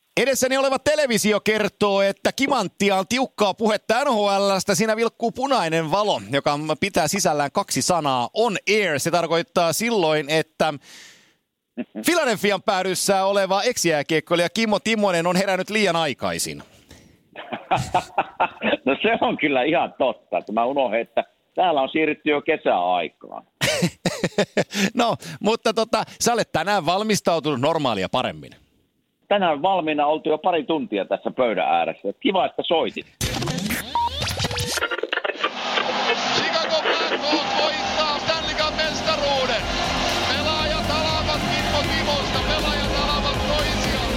Edessäni oleva televisio kertoo, että Kimanttia on tiukkaa puhetta NHL:stä. Siinä vilkkuu punainen valo, joka pitää sisällään 2 sanaa. On air. Se tarkoittaa silloin, että Philadelphian päädyssä oleva ex-jääkiekkoilija Kimmo Timonen on herännyt liian aikaisin. No se on kyllä ihan totta. Että mä unohdin, että täällä on siirrytty jo kesäaikaan. No, mutta sä olet tänään valmistautunut normaalia paremmin. Tänään valmiina oltu jo pari tuntia tässä pöydän ääressä. Kiva, että soitit. Chicago Blackhawks voittaa Stanley Cup -mestaruuden. Pelaajat alavat Kimmo Timosta, pelaajat alavat toisiaan.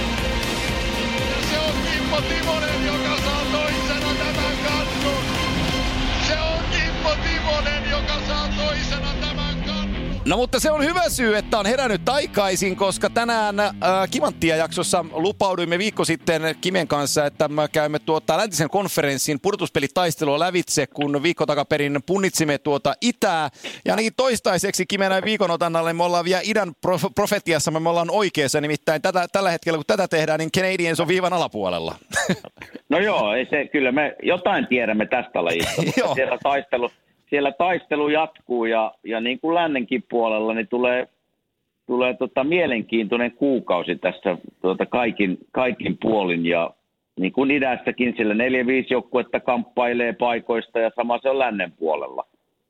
Se on Kimmo Timonen, joka saa toisena tämän kannun. Se on Kimmo Timonen, joka saa toisena tämän kannun. No mutta se on hyvä syy, että on herännyt aikaisin, koska tänään Kimanttia-jaksossa lupauduimme viikko sitten Kimen kanssa, että me käymme läntisen konferenssin pudotuspelitaistelua lävitse, kun viikko takaperin punnitsimme itää. Ja ainakin toistaiseksi Kimen viikon otannalle me ollaan vielä idän profetiassa, me ollaan oikeassa, nimittäin tällä hetkellä kun tätä tehdään, niin Canadiens on viivan alapuolella. No joo, ei se, kyllä me jotain tiedämme tästä lajista, mutta siellä taistelu jatkuu ja niin kuin lännenkin puolella niin tulee mielenkiintoinen kuukausi tässä kaikin puolin ja niin kuin idässäkin siellä 4-5 joukkuetta kamppailee paikoista ja sama se on lännen puolella.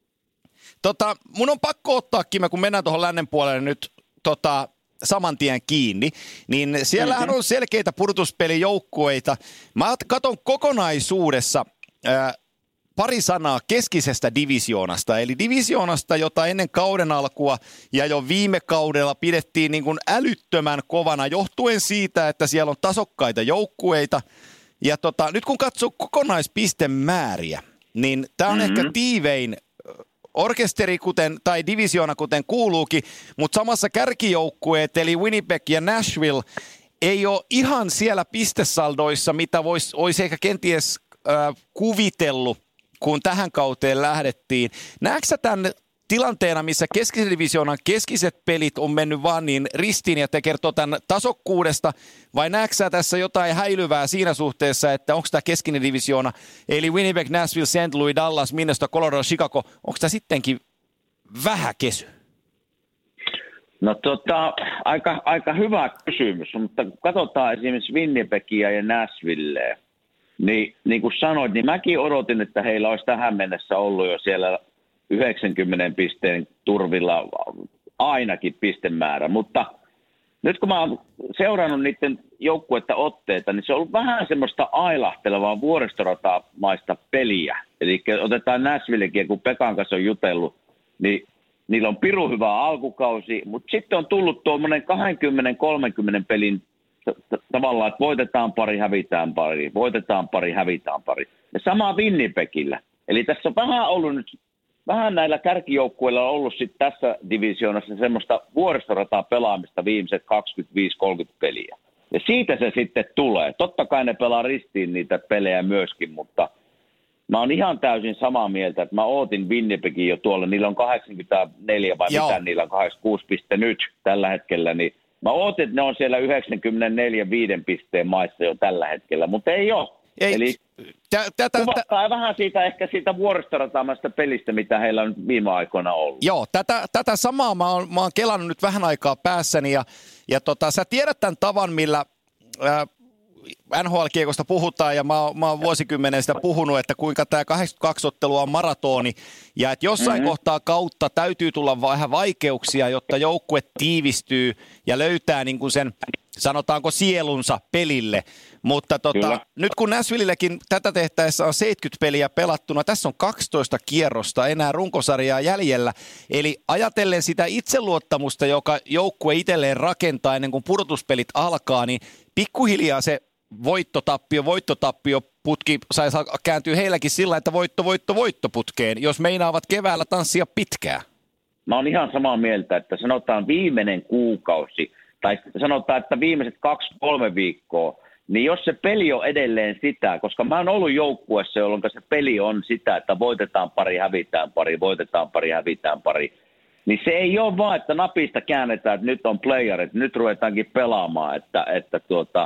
Mun on pakko ottaa, Kime, kun mennään tuohon lännen puolelle nyt saman tien kiinni, niin siellähän on selkeitä pudotuspelijoukkueita. Mä katson kokonaisuudessa pari sanaa keskisestä divisioonasta, eli divisioonasta, jota ennen kauden alkua ja jo viime kaudella pidettiin niin kuin älyttömän kovana johtuen siitä, että siellä on tasokkaita joukkueita. Ja nyt kun katsoo kokonaipistemääriä, niin tämä on ehkä tiivein orkesteri tai divisioona kuten kuuluukin, mutta samassa kärkijoukkueet eli Winnipeg ja Nashville ei ole ihan siellä pistesaldoissa, mitä olisi ehkä kenties kuvitellut, kun tähän kauteen lähdettiin. Näetkö sä tämän tilanteena, missä keskisen divisioonan keskiset pelit on mennyt vaan niin ristiin ja te kertoo tämän tasokkuudesta, vai näetkö sä tässä jotain häilyvää siinä suhteessa, että onko tämä keskinen divisioona, eli Winnipeg, Nashville, St. Louis, Dallas, Minnesota, Colorado, Chicago, onko tämä sittenkin vähän kesy? No aika hyvä kysymys, mutta kun katsotaan esimerkiksi Winnipegia ja Nashvillea, niin kuin sanoit, niin mäkin odotin, että heillä olisi tähän mennessä ollut jo siellä 90 pisteen turvilla ainakin pistemäärä. Mutta nyt kun mä oon seurannut niiden joukkuetta otteita, niin se on ollut vähän semmoista ailahtelevaa vuoristoratamaista peliä. Eli otetaan Nashvillekin, kun Pekan kanssa on jutellut, niin niillä on pirun hyvä alkukausi, mutta sitten on tullut tuommoinen 20-30 pelin tavallaan, että voitetaan pari, hävitään pari, voitetaan pari, hävitään pari. Ja sama Winnipegillä. Eli tässä on vähän näillä kärkijoukkueilla on ollut sitten tässä divisioonassa semmoista vuoristorataa pelaamista viimeiset 25-30 peliä. Ja siitä se sitten tulee. Totta kai ne pelaa ristiin niitä pelejä myöskin, mutta mä oon ihan täysin samaa mieltä, että mä ootin Winnipegin jo tuolla. Niillä on 84 vai mitä, niillä on 86 piste nyt tällä hetkellä, niin mä ootin, että ne on siellä 94-5 pisteen maissa jo tällä hetkellä, mutta ei ole. Eli kuvattaa vähän siitä vuoristoratamaista pelistä, mitä heillä on viime aikoina ollut. Joo, tätä samaa mä oon kelannut nyt vähän aikaa päässäni ja sä tiedät tämän tavan, millä NHL-kiekosta puhutaan ja mä oon vuosikymmenen sitä puhunut, että kuinka tämä 82 ottelua on maratoni ja että jossain kohtaa kautta täytyy tulla vähän vaikeuksia, jotta joukkue tiivistyy ja löytää niin kuin sen, sanotaanko sielunsa pelille, mutta nyt kun Nashvillekin tätä tehtäessä on 70 peliä pelattuna, tässä on 12 kierrosta enää runkosarjaa jäljellä, eli ajatellen sitä itseluottamusta, joka joukkue itselleen rakentaa ennen kuin pudotuspelit alkaa, niin pikkuhiljaa se voittotappio putki kääntyy heilläkin sillä, että voitto putkeen, jos meinaavat keväällä tanssia pitkään. Mä oon ihan samaa mieltä, että sanotaan viimeinen kuukausi, tai sanotaan, että viimeiset 2-3 viikkoa, niin jos se peli on edelleen sitä, koska mä oon ollut joukkueessa, jolloin se peli on sitä, että voitetaan pari, hävitään pari, voitetaan pari, hävitään pari, niin se ei ole vaan, että napista käännetään, että nyt on playerit, nyt ruvetaankin pelaamaan, että se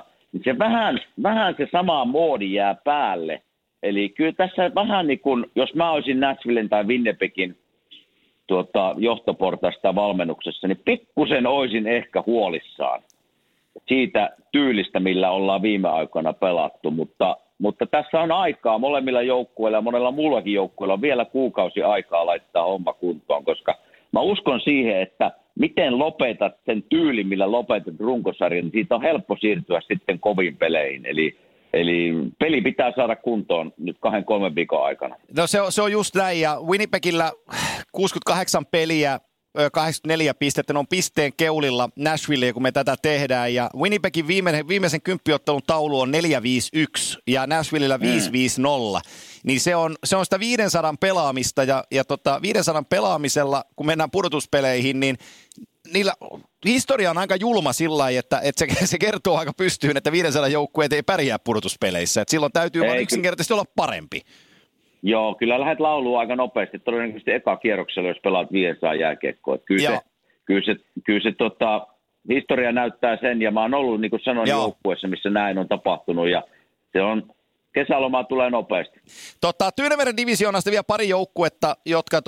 se vähän se sama moodi jää päälle. Eli kyllä tässä vähän niin kuin, jos mä olisin Nashvillen tai Winnipegin johtoportaista valmennuksessa, niin pikkusen olisin ehkä huolissaan siitä tyylistä, millä ollaan viime aikoina pelattu, mutta tässä on aikaa molemmilla joukkueilla ja monella muullakin joukkueilla on vielä kuukausi aikaa laittaa homma kuntoon, koska mä uskon siihen, että miten lopetat sen tyylin, millä lopetat runkosarjan, niin siitä on helppo siirtyä sitten koviin peleihin. Eli peli pitää saada kuntoon nyt 2-3 viikon aikana. No se on just näin, ja Winnipegillä 68 peliä, 84 pistettä, ne on pisteen keulilla Nashville, kun me tätä tehdään, ja Winnipegin viimeisen kymppiottelun taulu on 4-5-1, ja Nashvillellä 5-5-0, niin se on sitä 500 pelaamista, ja 500 pelaamisella, kun mennään pudotuspeleihin, niin niillä historia on aika julma sillä lailla, että se kertoo aika pystyyn, että 500 joukkueet ei pärjää pudotuspeleissä, että silloin täytyy vaan yksinkertaisesti olla parempi. Joo, kyllä lähdet lauluun aika nopeasti. Todennäköisesti eka kierroksella, jos pelaat 500 jääkiekkoa. Kyllä se historia näyttää sen, ja mä oon ollut, niin kuin sanoin, joukkueessa, missä näin on tapahtunut, ja se on, kesälomaa tulee nopeasti. Tyynemeren divisioonasta vielä pari joukkuetta, jotka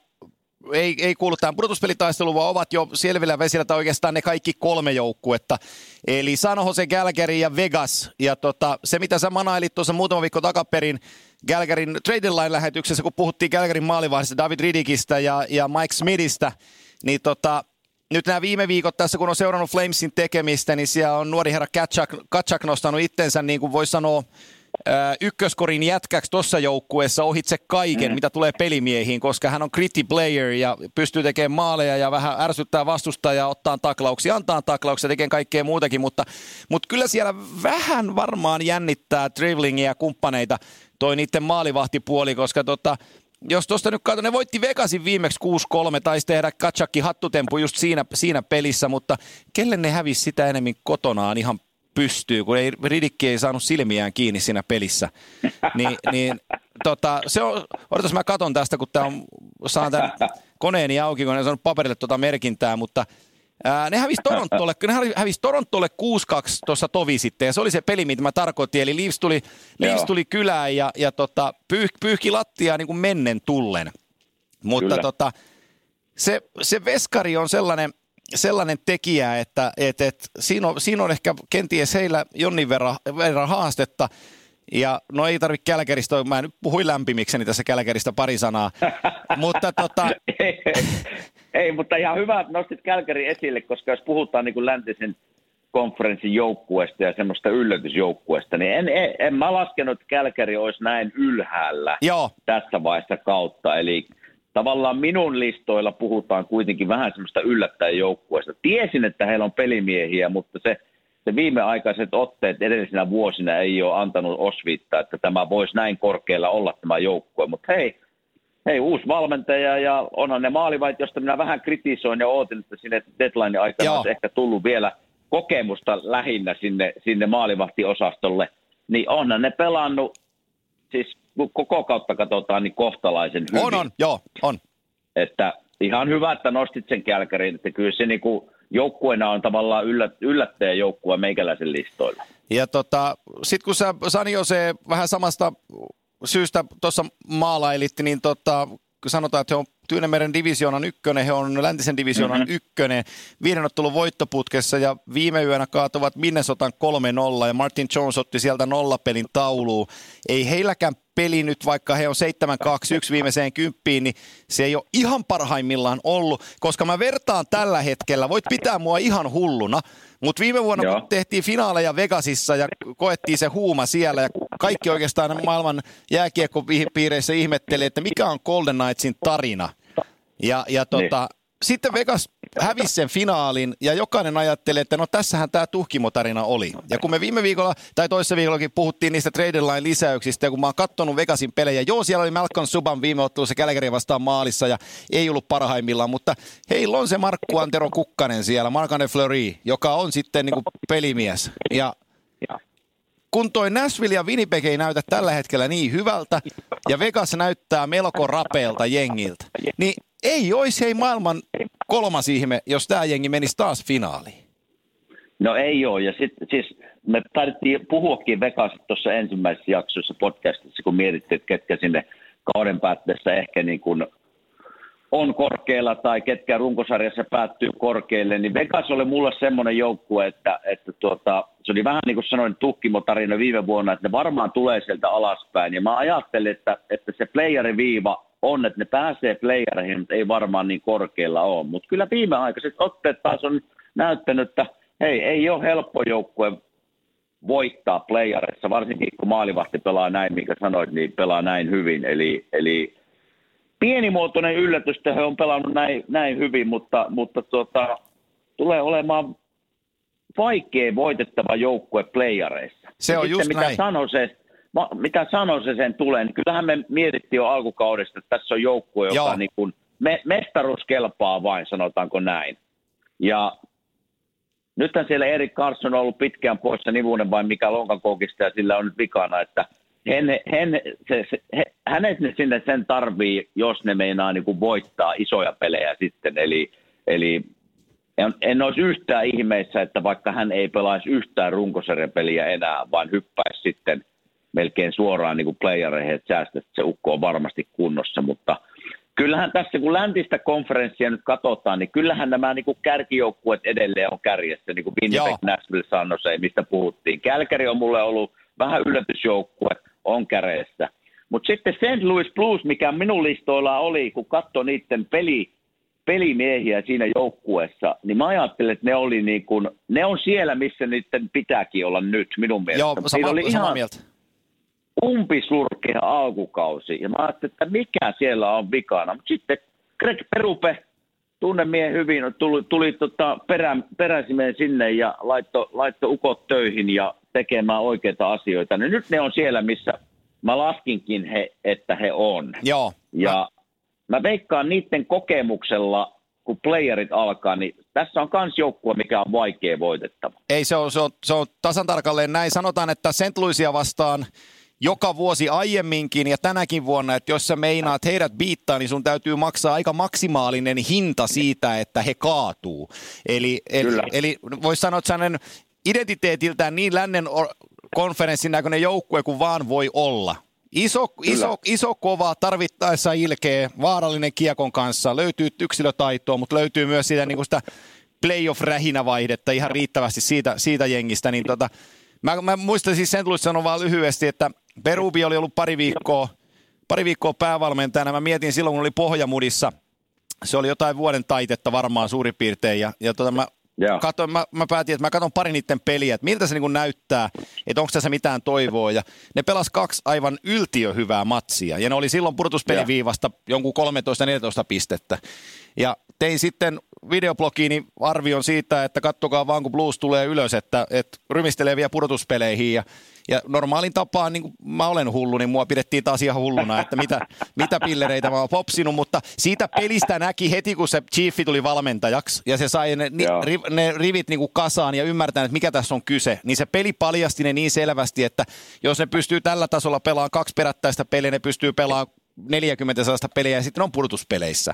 ei kuulu tähän pudotuspelitaisteluun, vaan ovat jo selvillä vesillä, tai oikeastaan ne kaikki 3 joukkuetta. Eli San Jose, Calgary ja Vegas. Ja se, mitä sä manailit tuossa muutama viikko takaperin Calgaryn trade line-lähetyksessä, kun puhuttiin Calgaryn maalivahdista, David Riddickistä ja Mike Smithistä, niin nyt nämä viime viikot tässä, kun on seurannut Flamesin tekemistä, niin siellä on nuori herra Tkachuk nostanut itsensä, niin kuin voisi sanoa, ykköskorin jätkäksi tuossa joukkueessa ohitse kaiken, mitä tulee pelimiehiin, koska hän on gritty player ja pystyy tekemään maaleja ja vähän ärsyttää vastustajaa, ottaa taklauksia, antaa taklauksia, tekee kaikkea muutakin, mutta kyllä siellä vähän varmaan jännittää Driblingia ja kumppaneita toi niiden maalivahtipuoli, koska jos tuosta nyt katson, ne voitti Vegasin viimeksi 6-3, taisi tehdä Tkachukkin hattutempu just siinä pelissä, mutta kelle ne hävisi sitä enemmän kotonaan ihan pystyy, kun Riddick ei saanut silmiään kiinni siinä pelissä. Se on, odotas mä katon tästä, kun saan tämän koneeni auki, kun en saanut paperille merkintää, mutta ne hävisi Torontolle 6-2 tuossa tovi sitten, ja se oli se peli, mitä mä tarkoitin, eli Leafs tuli kylään ja pyyhki lattiaa niin kuin mennen tullen. Mutta se veskari on sellainen tekijä, että siinä on ehkä kenties heillä jonnin verran haastetta. Ja no ei tarvitse Calgarysta, mä nyt puhuin lämpimikseni tässä Calgarysta pari sanaa. Mutta Ei, mutta ihan hyvä, että nostit Calgary esille, koska jos puhutaan niin kuin läntisen konferenssin joukkueesta ja semmoista yllätysjoukkueesta, niin en mä laskenut, että Calgary olisi näin ylhäällä tässä vaiheessa kautta. Eli tavallaan minun listoilla puhutaan kuitenkin vähän semmoista yllättäjäjoukkueesta. Tiesin, että heillä on pelimiehiä, mutta se viimeaikaiset otteet edellisinä vuosina ei ole antanut osviittaa, että tämä voisi näin korkealla olla tämä joukkue. Mutta hei, uusi valmentaja ja onhan ne maalivait, josta minä vähän kritisoin ja ootin, että sinne deadline-aikana olisi ehkä tullut vielä kokemusta lähinnä sinne maalivahtiosastolle. Niin onhan ne pelannut, siis koko kautta katsotaan, niin kohtalaisen hyvin. On. Että ihan hyvä, että nostit sen Calgaryn, että kyllä se niinku joukkueena on tavallaan yllättäjäjoukkue meikäläisen listoilla. Ja sitten kun sä San Jose vähän samasta syystä tuossa maalailit, niin sanotaan, että he on Tyynemeren divisioonan 1, he on läntisen divisioonan 1, 5 ottelun voittoputkessa ja viime yönä kaatuvat Minnesotan 3-0 ja Martin Jones otti sieltä 0 pelin tauluun. Ei heilläkään peli nyt, vaikka he on 7-2-1 viimeiseen 10, niin se ei ole ihan parhaimmillaan ollut, koska mä vertaan tällä hetkellä, voit pitää mua ihan hulluna, mutta viime vuonna kun tehtiin finaaleja Vegasissa ja koettiin se huuma siellä ja kaikki oikeastaan maailman jääkiekkopiireissä ihmetteli, että mikä on Golden Knightsin tarina. Sitten Vegas hävisi sen finaalin ja jokainen ajattelee, että no tässähän tämä tuhkimotarina oli. Ja kun me viime viikolla tai toisessa viikollakin puhuttiin niistä trade line lisäyksistä ja kun mä oon katsonut Vegasin pelejä, siellä oli Malcolm Subban viime ottelussa Calgary vastaan maalissa ja ei ollut parhaimmillaan, mutta heillä on se Markku Antero Kukkanen siellä, Marc-Andre Fleury, joka on sitten niin kuin pelimies. Ja kun toi Nashville ja Winnipeg ei näytä tällä hetkellä niin hyvältä ja Vegas näyttää melko rapeelta jengiltä, niin ei olisi maailman 3. ihme, jos tämä jengi menisi taas finaaliin. No ei ole, ja sitten siis me tarvittiin puhuakin Vegasit tuossa ensimmäisessä jaksossa podcastissa, kun mietittiin, että ketkä sinne kauden päätteessä ehkä niin kuin on korkealla tai ketkä runkosarjassa päättyy korkealle, niin Vegas oli mulle semmoinen joukkue, että se oli vähän niin kuin sanoin tuhkimotarina viime vuonna, että ne varmaan tulee sieltä alaspäin, ja mä ajattelin, että se playeriviiva on, että ne pääsee playereihin, mutta ei varmaan niin korkealla ole, mutta kyllä viimeaikaiset otteet taas on näyttänyt, että hei, ei ole helppo joukkue voittaa playereissa, varsinkin kun maalivahti pelaa näin, mikä sanoit, niin pelaa näin hyvin. Eli pienimuotoinen yllätys, että he on pelannut näin hyvin, mutta tulee olemaan vaikea voitettava joukkue playereissa. Se on just näin. Mitä sanoi se sen tulee, niin kyllähän me mietittiin jo alkukaudesta, että tässä on joukkue, joka niin kuin mestaruus kelpaa vain, sanotaanko näin. Ja nythän siellä Erik Karlsson on ollut pitkään poissa, Nivunen vai mikä lonkankokista, ja sillä on nyt vikana, että hänet ne sinne sen tarvii, jos ne meinaa niin kuin voittaa isoja pelejä sitten. Eli en olisi yhtään ihmeissä, että vaikka hän ei pelaisi yhtään runkosarjapeliä enää, vaan hyppäisi sitten melkein suoraan niin kuin playereihin, että säästä, että se ukko on varmasti kunnossa, mutta kyllähän tässä, kun läntistä konferenssia nyt katsotaan, niin kyllähän nämä niin kuin kärkijoukkueet edelleen on kärjessä, niin kuin Winnipeg, Nashville, San Jose, mistä puhuttiin. Kälkäri on mulle ollut vähän yllätysjoukkue, on käreessä. Mutta sitten St. Louis Blues, mikä minun listoilla oli, kun katsoi niiden pelimiehiä siinä joukkueessa, niin mä ajattelin, että ne on siellä, missä niiden pitääkin olla nyt, minun mielestä. Joo, samaa mieltä. Umpisurkea alkukausi, ja mä ajattelin, että mikä siellä on vikana. Mutta sitten Greg Berube, tunnemiehen hyvin, tuli peräsimeen sinne ja laittoi ukot töihin ja tekemään oikeita asioita. No nyt ne on siellä, missä mä laskinkin että he on. Joo. Ja mä veikkaan niiden kokemuksella, kun playerit alkaa, niin tässä on kans joukkue, mikä on vaikea voitettava. Ei, se on tasan tarkalleen näin. Sanotaan, että St. Louisia vastaan joka vuosi aiemminkin ja tänäkin vuonna, että jos sä meinaat heidät biittaa, niin sun täytyy maksaa aika maksimaalinen hinta siitä, että he kaatuu. Eli voisi sanoa, että sellainen identiteetiltään niin lännen konferenssin näköinen joukkue kuin vaan voi olla. Iso, kova, tarvittaessa ilkeä, vaarallinen kiekon kanssa, löytyy yksilötaitoa, mutta löytyy myös sitä, niin kuin sitä playoff-rähinävaihdetta ihan riittävästi siitä jengistä. Niin mä muistan siis St. Louis sanon vaan lyhyesti, että Berube oli ollut pari viikkoa päävalmentajana. Mä mietin silloin, kun oli Pohjamudissa, se oli jotain vuoden taitetta varmaan suurin piirtein, ja mä päätin, että mä katson pari niiden peliä, että miltä se niin kuin näyttää, että onko tässä mitään toivoa. Ja ne pelas 2 aivan yltiöhyvää matsia. Ja ne oli silloin pudotuspeliviivasta jonkun 13-14 pistettä. Ja tein sitten videoblogiini arvion siitä, että kattokaa vaan kun Blues tulee ylös, että rymistelee vielä pudotuspeleihin. Ja normaalin tapaan, niin kuin mä olen hullu, niin mua pidettiin taas ihan hulluna, että mitä pillereitä mä oon popsinut, mutta siitä pelistä näki heti, kun se Chiefi tuli valmentajaksi ja se sai ne rivit niin kuin kasaan ja ymmärtää, että mikä tässä on kyse, niin se peli paljasti ne niin selvästi, että jos ne pystyy tällä tasolla pelaamaan 2 perättäistä peliä, ne pystyy pelaamaan 40 sellaista peliä ja sitten on pudotuspelissä.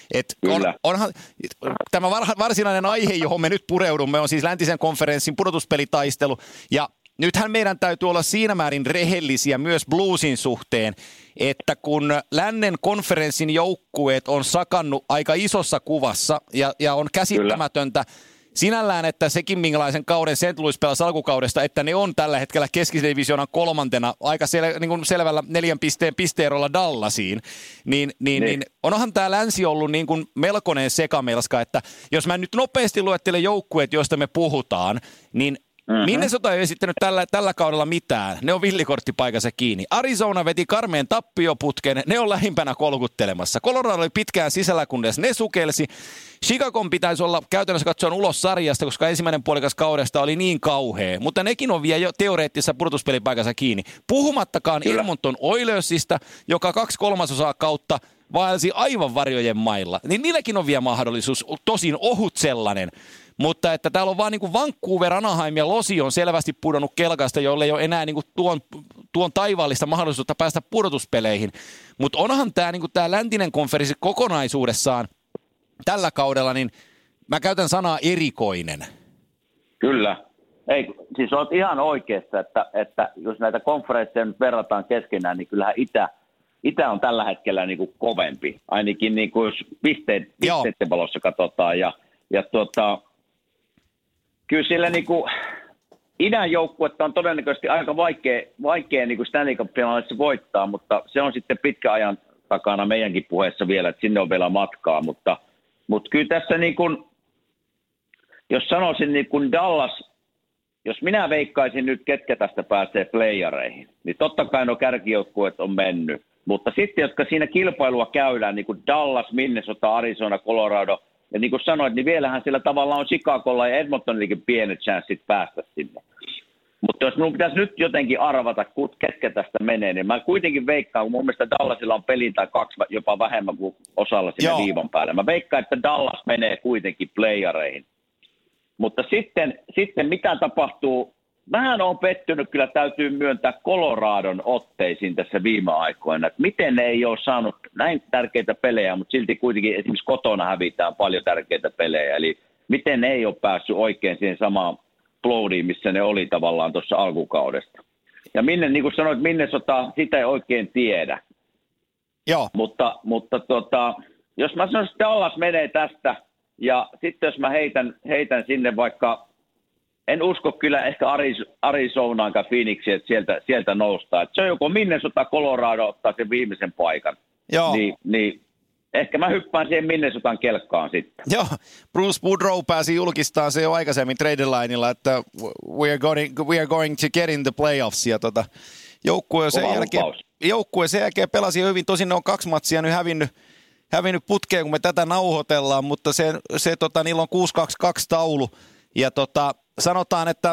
Onhan tämä varsinainen aihe, johon me nyt pureudumme, on siis läntisen konferenssin pudotuspelitaistelu ja nythän meidän täytyy olla siinä määrin rehellisiä myös Bluesin suhteen, että kun lännen konferenssin joukkueet on sakannut aika isossa kuvassa ja on käsittämätöntä sinällään, että sekin minkälaisen kauden St. Louis pelasi alkukaudesta, että ne on tällä hetkellä keskidivisioonan 3. aika niin selvällä 4 pisteerolla Dallasiin, niin onhan tämä länsi ollut niin kuin melkoinen sekamelska, että jos mä nyt nopeasti luettelen joukkueet, joista me puhutaan, niin Minnesota ei esittänyt tällä kaudella mitään. Ne on villikorttipaikansa kiinni. Arizona veti karmeen tappioputken. Ne on lähimpänä kolkuttelemassa. Colorado oli pitkään sisällä, kunnes ne sukelsi. Chicagon pitäisi olla käytännössä katsoen ulos sarjasta, koska ensimmäinen puolikas kaudesta oli niin kauhea. Mutta nekin on vielä jo teoreettisessa pudotuspelipaikansa kiinni. Puhumattakaan Edmonton Oilersista, joka 2/3 kautta vaelsi aivan varjojen mailla. Niin niilläkin on vielä mahdollisuus, tosin ohut sellainen. Mutta että täällä on vaan niin kuin Vancouver, Anaheim ja Losi on selvästi pudonnut kelkasta, jolle ei ole enää niin kuin tuon taivaallista mahdollisuutta päästä pudotuspeleihin. Mutta onhan tämä niin kuin tämä läntinen konferenssi kokonaisuudessaan tällä kaudella, niin mä käytän sanaa erikoinen. Kyllä. Ei, siis olet ihan oikeassa, että jos näitä konferensseja nyt verrataan keskenään, niin kyllähän Itä on tällä hetkellä niin kuin kovempi. Ainakin niin kuin jos pisteiden valossa katsotaan. Ja kyllä sillä niin kuin idän joukkuetta on todennäköisesti aika vaikea niin kuin Stanley Cup-finaalissa voittaa, mutta se on sitten pitkä ajan takana meidänkin puheessa vielä, että sinne on vielä matkaa. Mutta kyllä tässä niin kuin, jos sanoisin niin kuin Dallas, jos minä veikkaisin nyt, ketkä tästä pääsee playereihin, niin totta kai nuo kärkijoukkueet on mennyt. Mutta sitten, jotka siinä kilpailua käydään, niin kuin Dallas, Minnesota, Arizona, Colorado, ja niin kuin sanoit, niin vielähän sillä tavalla on Chicagolla ja Edmontonillekin pienet chanssit päästä sinne. Mutta jos minun pitäisi nyt jotenkin arvata, ketkä tästä menee, niin mä kuitenkin veikkaan, kun mun mielestä Dallasilla on pelin tai 2 jopa vähemmän kuin osalla sinne viivan päälle. Mä veikkaan, että Dallas menee kuitenkin playereihin. Mutta sitten mitä tapahtuu, vähän on pettynyt, kyllä täytyy myöntää Coloradon otteisiin tässä viime aikoina, että miten ne ei ole saanut näin tärkeitä pelejä, mutta silti kuitenkin esimerkiksi kotona hävitään paljon tärkeitä pelejä, eli miten ne ei ole päässyt oikein siihen samaan floodiin, missä ne oli tavallaan tuossa alkukaudesta. Ja niin kuin sanoit, Minnesota, sitä ei oikein tiedä. Joo. Mutta jos mä sanoisin, että Dallas menee tästä, ja sitten jos mä heitän sinne vaikka, en usko kyllä ehkä Arizonaan tai Phoenixiin, että sieltä noustaan. Et se on joko Minnesota, Colorado ottaa sen viimeisen paikan. Joo. Niin ehkä mä hyppään siihen Minnesotan kelkkaan sitten. Joo, Bruce Boudreau pääsi julkistamaan se jo aikaisemmin trade deadlineilla, että we are going to get in the playoffs. Ja joukkue sen jälkeen pelasi hyvin. Tosin ne on 2 matsia nyt hävinnyt putkeen, kun me tätä nauhoitellaan, mutta niillä on 6-2-2 taulu. Ja sanotaan, että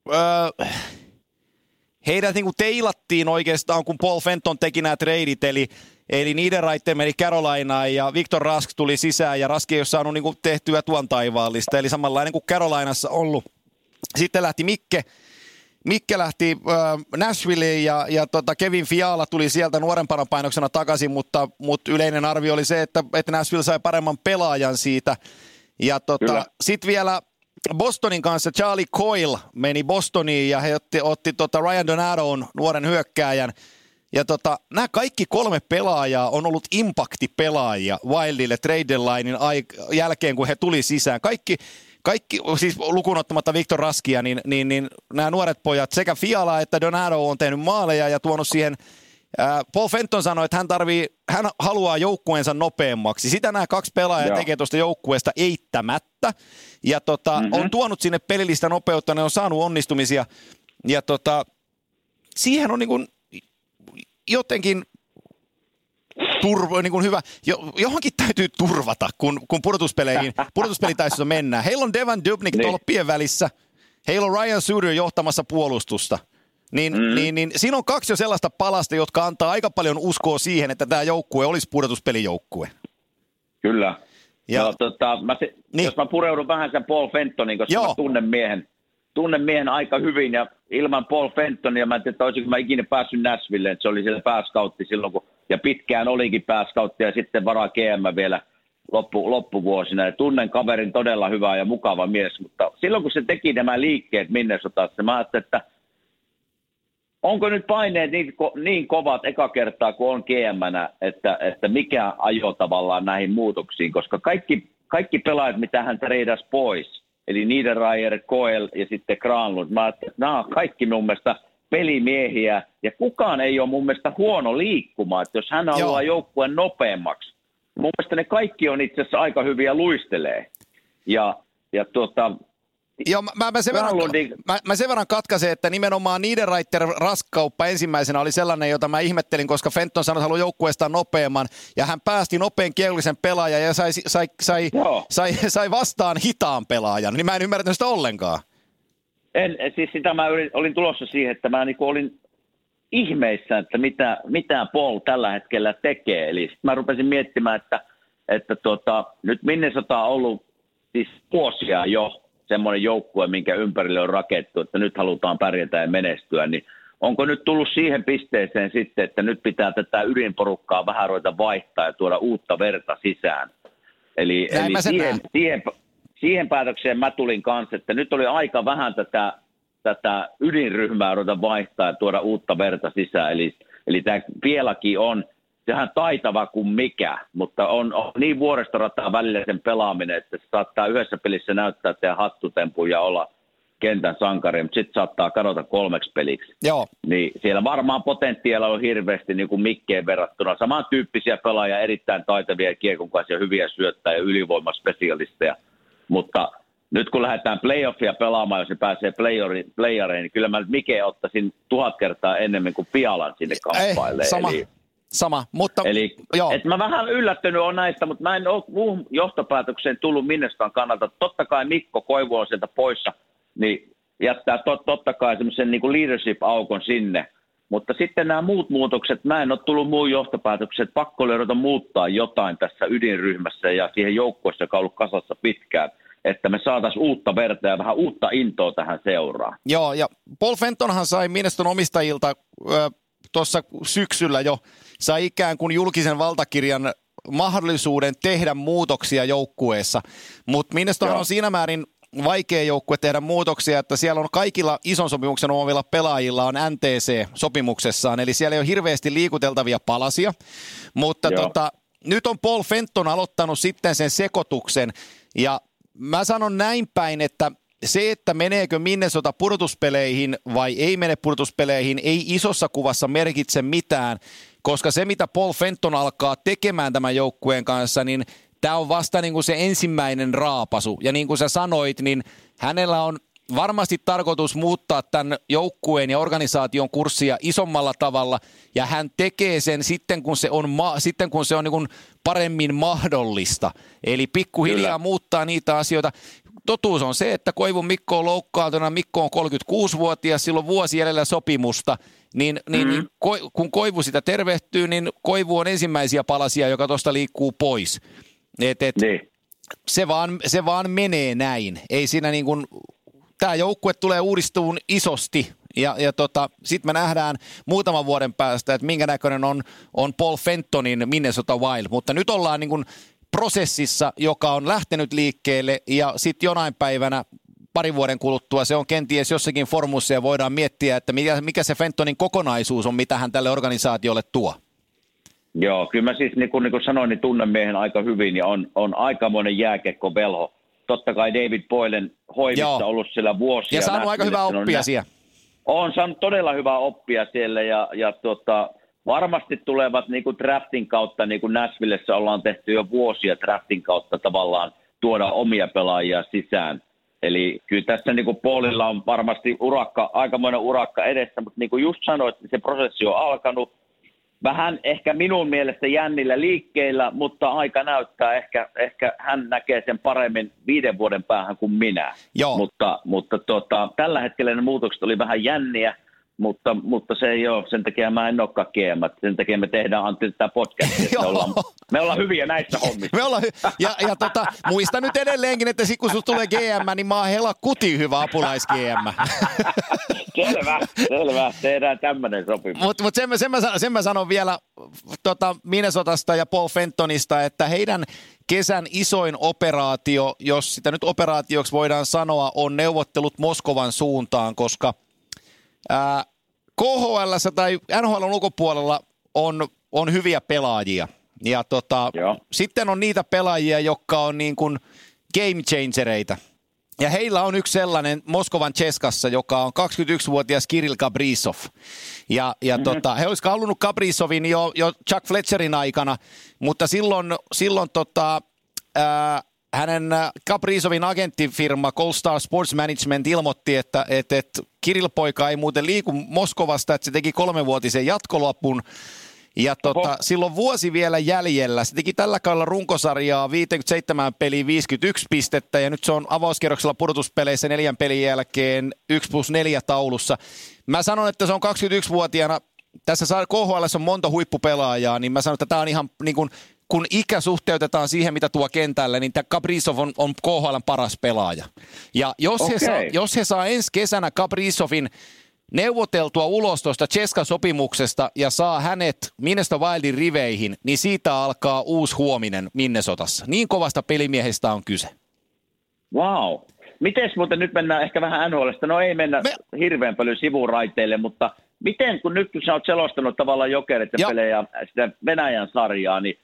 heidät niin kuin teilattiin oikeastaan, kun Paul Fenton teki nämä treidit, eli Niederreiter meni Carolinaan ja Victor Rask tuli sisään ja Rask ei ole saanut niin kuin tehtyä tuon taivaallista, eli samanlainen kuin Carolinassa ollut. Sitten lähti Mikke lähti Nashvilleen ja Kevin Fiala tuli sieltä nuorempana painoksena takaisin, mutta yleinen arvio oli se, että Nashville sai paremman pelaajan siitä. Ja sitten vielä Bostonin kanssa Charlie Coyle meni Bostoniin ja he otti Ryan Donadon, nuoren hyökkääjän. Ja nämä kaikki 3 pelaajaa on ollut impactipelaajia Wildille trade deadlinein jälkeen, kun he tuli sisään. Kaikki, siis lukuun ottamatta Victor Raskia, niin nämä nuoret pojat, sekä Fiala että Donato on tehnyt maaleja ja tuonut siihen. Paul Fenton sanoi, että hän haluaa joukkueensa nopeammaksi. Sitä nämä 2 pelaajaa tekee tuosta joukkueesta eittämättä. Ja on tuonut sinne pelillistä nopeutta, ne on saanut onnistumisia. Ja siihen on niin kuin jotenkin niin kuin hyvä. Johonkin täytyy turvata, kun pudotuspelitaistossa mennään. Heillä on Devan Dubnyk tolppien välissä. Heillä on Ryan Suter johtamassa puolustusta. Niin siinä on 2 jo sellaista palasta, jotka antaa aika paljon uskoa siihen, että tämä joukkue olisi pudotuspelijoukkue. Kyllä. Ja jos mä pureudun vähän sen Paul Fentonin, koska mä tunnen miehen aika hyvin, ja ilman Paul Fentonia mä en tiedä, olisinko mä ikinä päässyt Nashvilleen, että se oli siellä pääskautti silloin, ja pitkään olikin pääskautti, ja sitten varaa GM vielä loppuvuosina, ja tunnen kaverin todella hyvä ja mukava mies, mutta silloin kun se teki nämä liikkeet Minnesotassa, mä ajattelin, että onko nyt paineet niin kovat eka kertaa, kun on GM-nä, että mikä ajoi tavallaan näihin muutoksiin, koska kaikki pelaajat, mitä hän treidasi pois, eli Niederreiter, Coyle ja sitten Granlund, mä ajattelin, että nämä on kaikki mun mielestä pelimiehiä, ja kukaan ei ole mun mielestä huono liikkumaan, että jos hän haluaa joukkueen nopeammaksi. Mun mielestä ne kaikki on itse asiassa aika hyviä luistelee. Joo, mä sen verran katkaisen, että nimenomaan Niederreiter Rask-kauppa ensimmäisenä oli sellainen, jota mä ihmettelin, koska Fenton sanoi, että haluaa joukkueestaan nopeamman, ja hän päästi nopean kiekollisen pelaajan ja sai vastaan hitaan pelaajan, niin mä en ymmärtänyt sitä ollenkaan. Siis sitä mä olin tulossa siihen, että mä olin ihmeissä, että mitä Paul tällä hetkellä tekee, eli mä rupesin miettimään, että nyt Minnesota on ollut siis vuosia jo semmoinen joukkue, minkä ympärille on rakettu, että nyt halutaan pärjätä ja menestyä, niin onko nyt tullut siihen pisteeseen sitten, että nyt pitää tätä ydinporukkaa vähän ruveta vaihtaa ja tuoda uutta verta sisään? Eli siihen päätökseen mä tulin kanssa, että nyt oli aika vähän tätä ydinryhmää ruveta vaihtaa ja tuoda uutta verta sisään. Eli tämä vieläkin on sehän taitava kuin mikä, mutta on niin vuoristorataa välillä sen pelaaminen, että se saattaa yhdessä pelissä näyttää tehdä hattutempun ja olla kentän sankari, mutta sitten saattaa kadota 3 peliksi. Joo. Niin siellä varmaan potentiaalia on hirveästi niin kuin Mikkeen verrattuna. Samantyyppisiä pelaajia, erittäin taitavia kiekonkaisia, hyviä syöttäjiä ja ylivoimaspesialisteja. Mutta nyt kun lähdetään playoffia pelaamaan, jos se pääsee playareihin, niin kyllä mä nyt Mikkeen ottaisin 1000 kertaa enemmän kuin Pialan sinne kamppailemaan. Sama, mutta eli mä vähän yllättynyt on näistä, mutta mä en ole muuhun johtopäätökseen tullut Minnesotan kannalta. Totta kai Mikko Koivu on sieltä poissa, niin jättää totta kai semmoisen niin kuin leadership-aukon sinne. Mutta sitten nämä muut muutokset, mä en ole tullut muun johtopäätökseen, että pakko oli ruveta muuttaa jotain tässä ydinryhmässä ja siihen joukkueessa, joka on ollut kasassa pitkään, että me saataisiin uutta verta ja vähän uutta intoa tähän seuraan. Joo, ja Paul Fentonhan sai Minnesotan omistajilta tuossa syksyllä jo, sai ikään kuin julkisen valtakirjan mahdollisuuden tehdä muutoksia joukkueessa, mutta Minnesota on siinä määrin vaikea joukkue tehdä muutoksia, että siellä on kaikilla ison sopimuksen omavilla pelaajilla on NTC-sopimuksessaan, eli siellä ei ole hirveästi liikuteltavia palasia, mutta nyt on Paul Fenton aloittanut sitten sen sekoituksen, ja mä sanon näin päin, että se, että meneekö Minnesota pudotuspeleihin vai ei mene pudotuspeleihin, ei isossa kuvassa merkitse mitään, koska se, mitä Paul Fenton alkaa tekemään tämän joukkueen kanssa, niin tämä on vasta niin kuin se ensimmäinen raapasu. Ja niin kuin sä sanoit, niin hänellä on varmasti tarkoitus muuttaa tämän joukkueen ja organisaation kurssia isommalla tavalla, ja hän tekee sen sitten, kun se on niin kuin paremmin mahdollista. Eli pikkuhiljaa muuttaa niitä asioita. Totuus on se, että Koivun Mikko on loukkaantuna, Mikko on 36-vuotias, silloin vuosi jäljellä sopimusta, niin kun Koivu sitä tervehtyy, niin Koivu on ensimmäisiä palasia, joka tuosta liikkuu pois. Niin. Se vaan menee näin. Ei siinä niin kuin, tämä joukkue tulee uudistumaan isosti ja sitten me nähdään muutaman vuoden päästä, että minkä näköinen on Paul Fentonin Minnesota Wild, mutta nyt ollaan niin kuin prosessissa, joka on lähtenyt liikkeelle ja sitten jonain päivänä parin vuoden kuluttua se on kenties jossakin formussa ja voidaan miettiä, että mikä se Fentonin kokonaisuus on, mitä hän tälle organisaatiolle tuo. Joo, kyllä mä siis niin kuin sanoin, niin tunnen miehen aika hyvin ja on aikamoinen jääkiekko-velho. Totta kai David Boylen hoivissa ollut siellä vuosia. Ja saanut aika hyvää oppia siellä. On saanut todella hyvää oppia siellä ja varmasti tulevat niin kuin draftin kautta, niin kuin Nashvillessä ollaan tehty jo vuosia draftin kautta tavallaan tuoda omia pelaajia sisään. Eli kyllä tässä niin kuin Paulilla on varmasti aikamoinen urakka edessä, mutta niin kuin just sanoit, se prosessi on alkanut. Vähän ehkä minun mielestä jännillä liikkeillä, mutta aika näyttää, ehkä hän näkee sen paremmin 5 vuoden päähän kuin minä. Joo. Mutta tällä hetkellä ne muutokset oli vähän jänniä, mutta se ei ole, sen takia mä en olekaan GM. Sen takia me tehdään Antti tätä podcastia. Me ollaan hyviä näissä hommissa. Muista nyt edelleenkin, että kun susta tulee GM, niin mä oon Hela Kuti hyvä apulais-GM. Selvä. Tehdään tämmöinen sopimus. Mutta sen mä sanon vielä Minnesotasta ja Paul Fentonista, että heidän kesän isoin operaatio, jos sitä nyt operaatioksi voidaan sanoa, on neuvottelut Moskovan suuntaan, koska KHL:ssä tai NHL:n ulkopuolella on hyviä pelaajia. Ja sitten on niitä pelaajia, jotka on niin kuin game changereita. Ja heillä on yksi sellainen Moskovan Cheskassa, joka on 21-vuotias Kirill Kaprizov. Ja he olisivat halunnut Kaprizovin jo Chuck Fletcherin aikana, mutta silloin hänen Kaprizovin agenttifirma Gold Star Sports Management ilmoitti, että Kirill-poika ei muuten liiku Moskovasta, että se teki 3-vuotisen jatkolopun. Ja silloin vuosi vielä jäljellä. Se teki tällä kaudella runkosarjaa 57 peliä 51 pistettä ja nyt se on avauskierroksella pudotuspeleissä 4 pelin jälkeen 1+4 taulussa. Mä sanon, että se on 21-vuotiaana. Tässä KHL:ssä on monta huippupelaajaa, niin mä sanon, että tämä on ihan niin kuin, kun ikä suhteutetaan siihen, mitä tuo kentälle, niin tämä Kaprizov on KHL:n paras pelaaja. Ja jos he saa ensi kesänä Kaprizovin neuvoteltua ulos tuosta Cheska-sopimuksesta ja saa hänet Minnesota Wildin riveihin, niin siitä alkaa uusi huominen Minnesotassa. Niin kovasta pelimiehestä on kyse. Wow. Mites muuten nyt mennään ehkä vähän NHL:stä? No ei mennä hirveän paljon sivuraiteille, mutta miten kun nyt kun sä oot selostanut tavallaan Jokereiden pelejä sitä Venäjän sarjaa, niin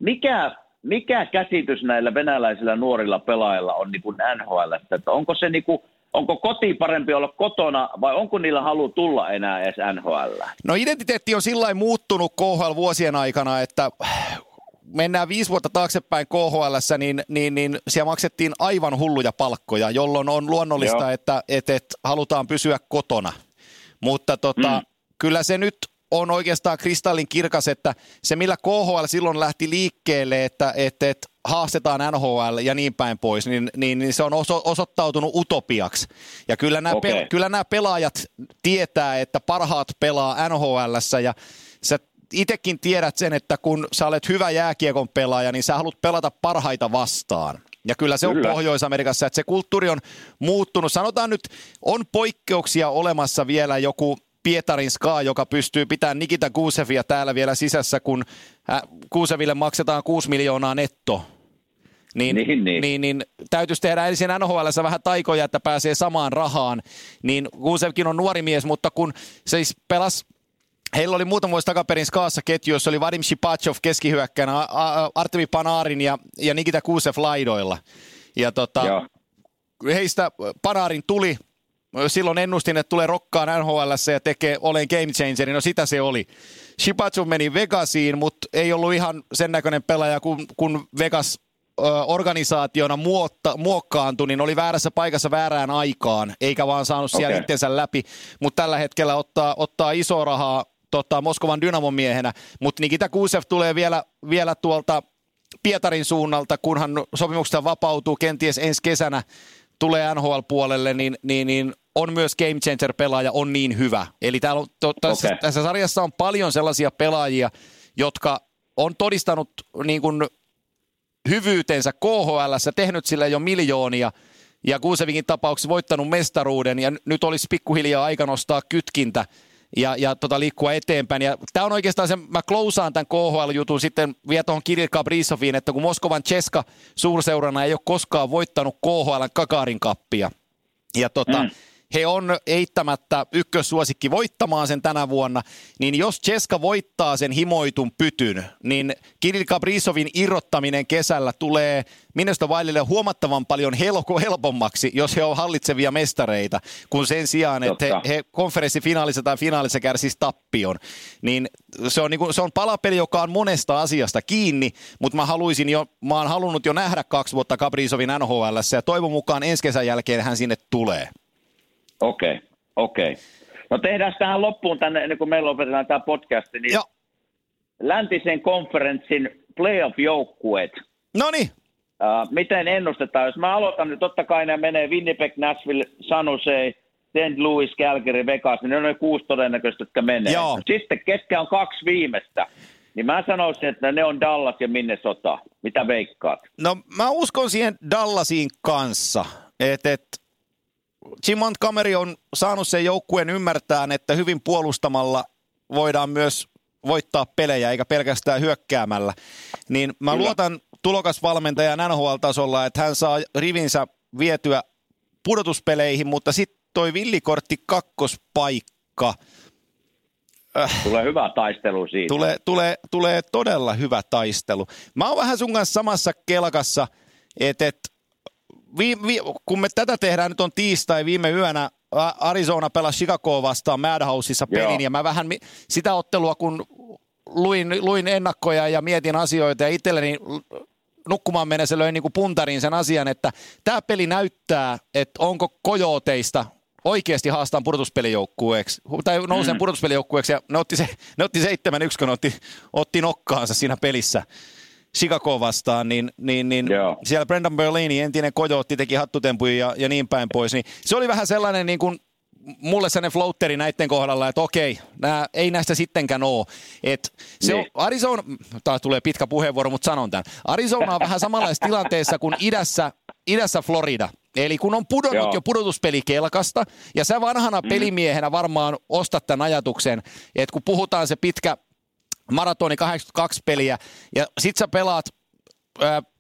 mikä käsitys näillä venäläisillä nuorilla pelaajilla on niin kuin NHL:stä? Että onko se niin kuin, onko koti parempi olla kotona vai onko niillä halu tulla enää edes NHL? No identiteetti on sillä lailla muuttunut KHL vuosien aikana, että mennään 5 vuotta taaksepäin KHL:ssä, niin siellä maksettiin aivan hulluja palkkoja, jolloin on luonnollista, että halutaan pysyä kotona. Mutta kyllä se nyt on oikeastaan kristallin kirkas, että se millä KHL silloin lähti liikkeelle, että haastetaan NHL ja niin päin pois, niin se on osoittautunut utopiaksi. Ja kyllä nämä pelaajat tietää, että parhaat pelaa NHL:ssä ja sä itsekin tiedät sen, että kun sä olet hyvä jääkiekon pelaaja, niin sä haluat pelata parhaita vastaan. Ja kyllä se on Pohjois-Amerikassa, että se kulttuuri on muuttunut. Sanotaan nyt, on poikkeuksia olemassa vielä joku Pietarin Ska, joka pystyy pitämään Nikita Gusevia täällä vielä sisässä, kun Guseville maksetaan 6 miljoonaa netto. Niin täytyisi tehdä ensin NHL:ssä vähän taikoja, että pääsee samaan rahaan. Niin Gusevkin on nuori mies, mutta kun se siis pelasi, heillä oli muutama vuosi takaperin Skaassa ketju, jossa oli Vadim Shipachov keskihyökkäänä, Artemi Panarin ja Nikita Gusev laidoilla. Ja heistä Panarin tuli. Silloin ennustin, että tulee rokkaan NHL:ssä ja tekee olen game changeri. No sitä se oli. Shipachov meni Vegasiin, mutta ei ollut ihan sen näköinen pelaaja, kun Vegas organisaationa muokkaantui, niin oli väärässä paikassa väärään aikaan, eikä vaan saanut siellä itsensä läpi. Mutta tällä hetkellä ottaa iso rahaa Moskovan Dynamon miehenä. Mutta Nikita Gusev tulee vielä tuolta Pietarin suunnalta, kunhan sopimuksesta vapautuu kenties ensi kesänä, tulee NHL-puolelle, niin on myös game changer-pelaaja, on niin hyvä. Eli täällä tässä sarjassa on paljon sellaisia pelaajia, jotka on todistanut niin kuin hyvyytensä KHL:ssä, tehnyt sille jo miljoonia, ja Gusevinkin tapauksessa voittanut mestaruuden, ja nyt olisi pikkuhiljaa aika nostaa kytkintä ja liikkua eteenpäin. Ja tämä on oikeastaan se, mä klousaan tämän KHL-jutun sitten vielä tuohon Kirill Kabrisoviin, että kun Moskovan CSKA suurseurana ei ole koskaan voittanut KHL:n Gagarin kappia, ja he on eittämättä ykkössuosikki voittamaan sen tänä vuonna, niin jos CSKA voittaa sen himoitun pytyn, niin Kirill Kaprizovin irrottaminen kesällä tulee Minnesota Wildille huomattavan paljon helpommaksi, jos he ovat hallitsevia mestareita, kun sen sijaan, että he konferenssifinaalissa tai finaalissa kärsisi tappion. Niin se on palapeli, joka on monesta asiasta kiinni, mutta mä oon halunnut jo nähdä 2 vuotta Kaprizovin NHL:ssä ja toivon mukaan ensi kesän jälkeen hän sinne tulee. Okei. No tehdään tähän loppuun tänne, ennen kuin meillä lopetetaan tämä podcast, niin läntisen konferenssin playoff-joukkueet. Noniin. Miten ennustetaan? Jos mä aloitan, niin totta kai ne menee Winnipeg, Nashville, San Jose, St. Louis, Calgary, Vegas, niin ne on ne 6 todennäköistä, jotka menee. Joo. Sitten kesken on 2 viimeistä. Niin mä sanoisin, että ne on Dallas ja Minnesota. Mitä veikkaat? No mä uskon siihen Dallasiin kanssa, että Jim Montgomery on saanut sen joukkueen ymmärtämään, että hyvin puolustamalla voidaan myös voittaa pelejä, eikä pelkästään hyökkäämällä. Niin mä luotan tulokasvalmentajan NHL-tasolla, että hän saa rivinsä vietyä pudotuspeleihin, mutta sitten toi villikortti 2-paikka. Tulee hyvä taistelu siitä. Tulee todella hyvä taistelu. Mä oon vähän sun kanssa samassa kelkassa, että kun me tätä tehdään, nyt on tiistai, viime yönä Arizona pelasi Chicagoa vastaan Madhouseissa pelin, ja mä vähän sitä ottelua, kun luin ennakkoja ja mietin asioita, ja itselleni nukkumaan mennessä löin niin kuin puntarin sen asian, että tämä peli näyttää, että onko Coyoteista oikeasti haastaan pudotuspelijoukkueeksi, tai nousee pudotuspelijoukkueeksi, ja ne otti 7-1, kun otti nokkaansa siinä pelissä Chicago vastaan, niin siellä Brendan Berlini, entinen Coyote, teki hattutempuja ja niin päin pois. Niin se oli vähän sellainen niin kuin mulle sellainen floateri näiden kohdalla, että okei, ei näistä sittenkään ole. Se on Arizona, taas tulee pitkä puheenvuoro, mutta sanon tämän. Arizona on vähän samanlaisessa tilanteessa kuin idässä Florida. Eli kun on pudonnut jo pudotuspelikelkasta, ja sä vanhana pelimiehenä varmaan ostat tämän ajatuksen, että kun puhutaan se pitkä maratoni 82 peliä, ja sit sä pelaat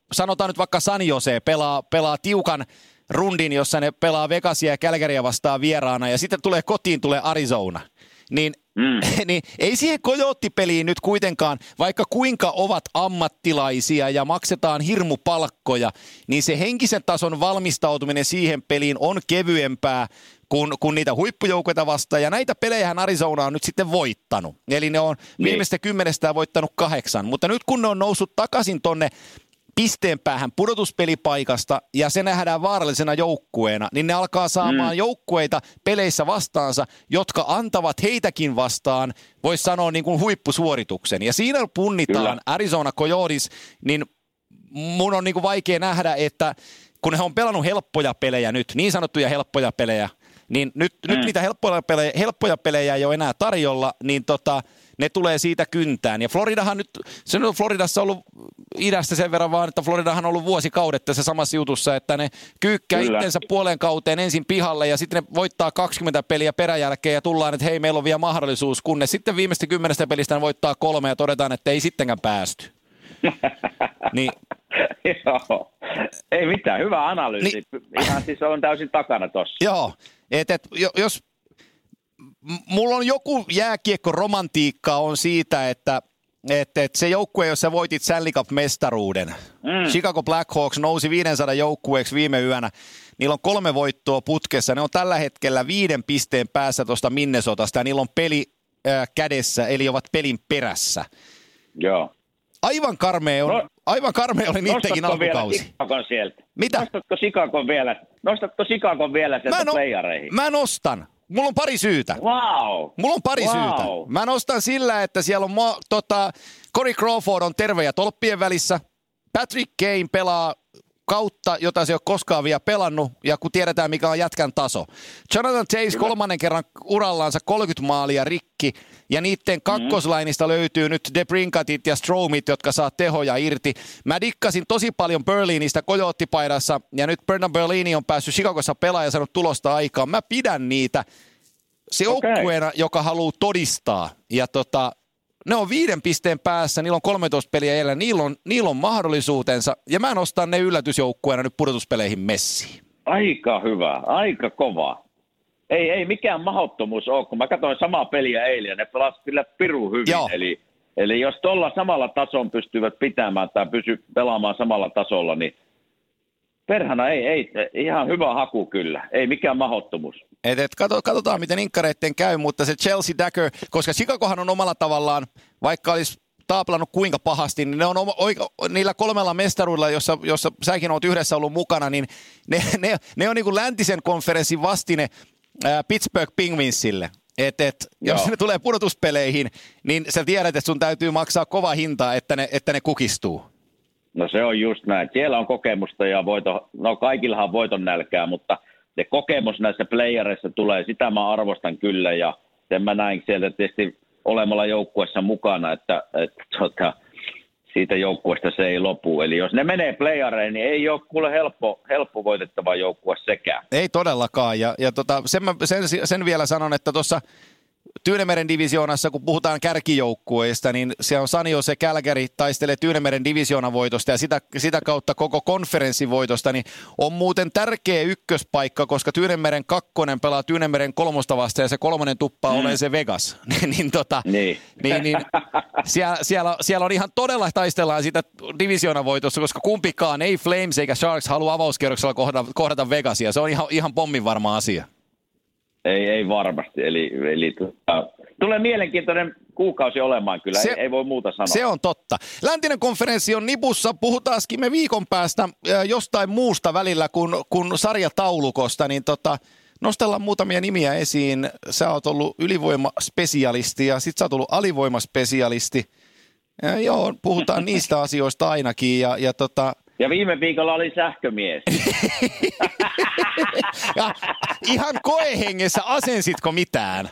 sanotaan nyt vaikka San Jose pelaa tiukan rundin, jossa ne pelaa Vegasia ja Calgarya vastaan vieraana, ja sitten tulee Arizona. Niin ei siihen Coyote-peliin nyt kuitenkaan, vaikka kuinka ovat ammattilaisia ja maksetaan hirmupalkkoja, niin se henkisen tason valmistautuminen siihen peliin on kevyempää kuin niitä huippujoukkoita vastaan. Ja näitä pelejähän Arizona on nyt sitten voittanut. Eli ne on viimeistä 10 voittanut 8. Mutta nyt kun ne on noussut takaisin tonne pisteen päähän pudotuspelipaikasta ja se nähdään vaarallisena joukkueena, niin ne alkaa saamaan joukkueita peleissä vastaansa, jotka antavat heitäkin vastaan, voisi sanoa niin kuin huippusuorituksen. Ja siinä punnitaan Arizona Coyotes, niin mun on niin kuin vaikea nähdä, että kun he on pelannut helppoja pelejä nyt, niin sanottuja helppoja pelejä, niin nyt niitä helppoja pelejä ei ole enää tarjolla, niin ne tulee siitä kyntään. Ja Floridahan nyt, se on Floridassa ollut idästä sen verran vaan, että Floridahan on ollut vuosikaudet tässä samassa jutussa, että ne kyykkää itsensä puolen kauteen ensin pihalle ja sitten ne voittaa 20 peliä peräjälkeen ja tullaan, että hei, meillä on vielä mahdollisuus, kunnes sitten viimeistä 10 pelistä ne voittaa 3 ja todetaan, että ei sittenkään päästy. Niin. Joo, ei mitään, hyvä analyysi. Ihan siis on täysin takana tossa. Joo, jos mulla on joku jääkiekko-romantiikka on siitä, että se joukkue, jossa voitit Stanley Cup-mestaruuden, Chicago Blackhawks nousi 500 joukkueeksi viime yönä. Niillä on 3 voittoa putkessa. Ne on tällä hetkellä 5 pisteen päässä tuosta Minnesotasta ja niillä on peli kädessä, eli ovat pelin perässä. Joo. Aivan karmea oli niidenkin alkukausi. Mitä? Nostatko Chicagon vielä sieltä playareihin? Mä nostan. Mulla on pari syytä. Wow. Mulla on pari syytä. Mä nostan sillä, että siellä on Corey Crawford on terve ja tolppien välissä. Patrick Kane pelaa kautta, jota se ei ole koskaan vielä pelannut, ja kun tiedetään, mikä on jätkän taso. Jonathan Toews 3. kerran urallansa 30 maalia rikki, ja niiden kakkoslainista löytyy nyt DeBrincatit ja Stromit, jotka saa tehoja irti. Mä dikkasin tosi paljon Berlinistä Coyote-paidassa, ja nyt Brendan Berlini on päässyt Chicagossa pelaamaan ja saanut tulosta aikaan. Mä pidän niitä se joukkueena, joka haluaa todistaa, ja ne on 5 pisteen päässä, niillä on 13 peliä jäljellä, niillä on mahdollisuutensa, ja mä nostan ne yllätysjoukkueena nyt pudotuspeleihin messiin. Aika hyvä, aika kova. Ei mikään mahdottomuus ole, kun mä katsoin samaa peliä eilen, ja ne pelasivat kyllä pirun hyvin. Eli jos tuolla samalla tason pystyvät pitämään tai pelaamaan samalla tasolla, niin perhana ei, ihan hyvä haku kyllä, ei mikään mahdottomuus. Katsotaan, miten inkkareitten käy, mutta se Chelsea Dagger, koska Chicagohan on omalla tavallaan, vaikka olisi taaplannut kuinka pahasti, niin ne on niillä 3 mestaruilla, jossa säkin olet yhdessä ollut mukana, niin ne on niin kuin läntisen konferenssin vastine Pittsburgh Penguinsille. Jos ne tulee pudotuspeleihin, niin sä tiedät, että sun täytyy maksaa kova hinta, että ne kukistuu. No se on just näin. Siellä on kokemusta ja kaikillahan on voiton nälkää, mutta se kokemus näissä playereissa tulee, sitä mä arvostan kyllä ja sen mä näin sieltä tietysti olemalla joukkueessa mukana, että siitä joukkueesta se ei lopu. Eli jos ne menee playereihin, niin ei ole kuule helppo voitettava joukkue sekään. Ei todellakaan ja sen vielä sanon, että tuossa Tyynemeren divisioonassa, kun puhutaan kärkijoukkueista, niin se on San Jose Calgary taistelee Tyynemeren divisioonavoitosta ja sitä kautta koko konferenssin voitosta, niin on muuten tärkeä ykköspaikka, koska Tyynemeren 2 pelaa Tyynemeren 3 vastaan ja se 3 tuppaa olemaan se Vegas. Siellä on ihan todella taistellaan sitä divisioonavoitosta, koska kumpikaan ei Flames eikä Sharks halua avauskierroksella kohdata Vegasia. Se on ihan pommin varma asia. Ei varmasti, eli tulee mielenkiintoinen kuukausi olemaan kyllä, ei voi muuta sanoa. Se on totta. Läntinen konferenssi on nipussa, puhutaankin me viikon päästä jostain muusta välillä kuin sarjataulukosta, niin nostellaan muutamia nimiä esiin. Sä oot ollut ylivoimaspesialisti ja sit sä oot ollut alivoimaspesialisti. Joo, puhutaan niistä asioista ainakin ja viime viikolla oli sähkömies. Ja ihan koehengessä asensitko mitään?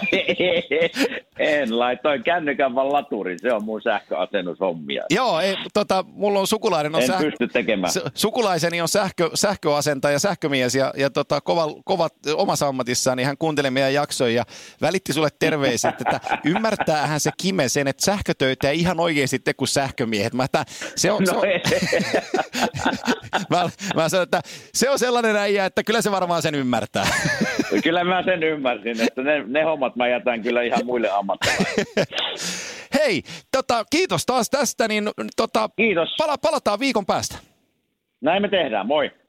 En, laitoin kännykän vaan laturin, se on mun sähköasennushommia. Joo, mulla on sukulainen en pysty tekemään. Sukulaiseni on sähköasentaja, sähkömies ja kovat omassa ammatissaan, niin hän kuunteli meidän jaksoja ja välitti sulle terveiset, että ymmärtäähän se Kime sen, että sähkötöitä ei ihan oikeasti tee kuin sähkömiehet. mä sanon, että se on sellainen äijä, että kyllä se varmaan sen ymmärtää. Kyllä mä sen ymmärsin, että ne hommat mä jätän kyllä ihan muille ammattilaisille. Hei, kiitos taas tästä, niin Kiitos. Palataan viikon päästä. Näin me tehdään, moi.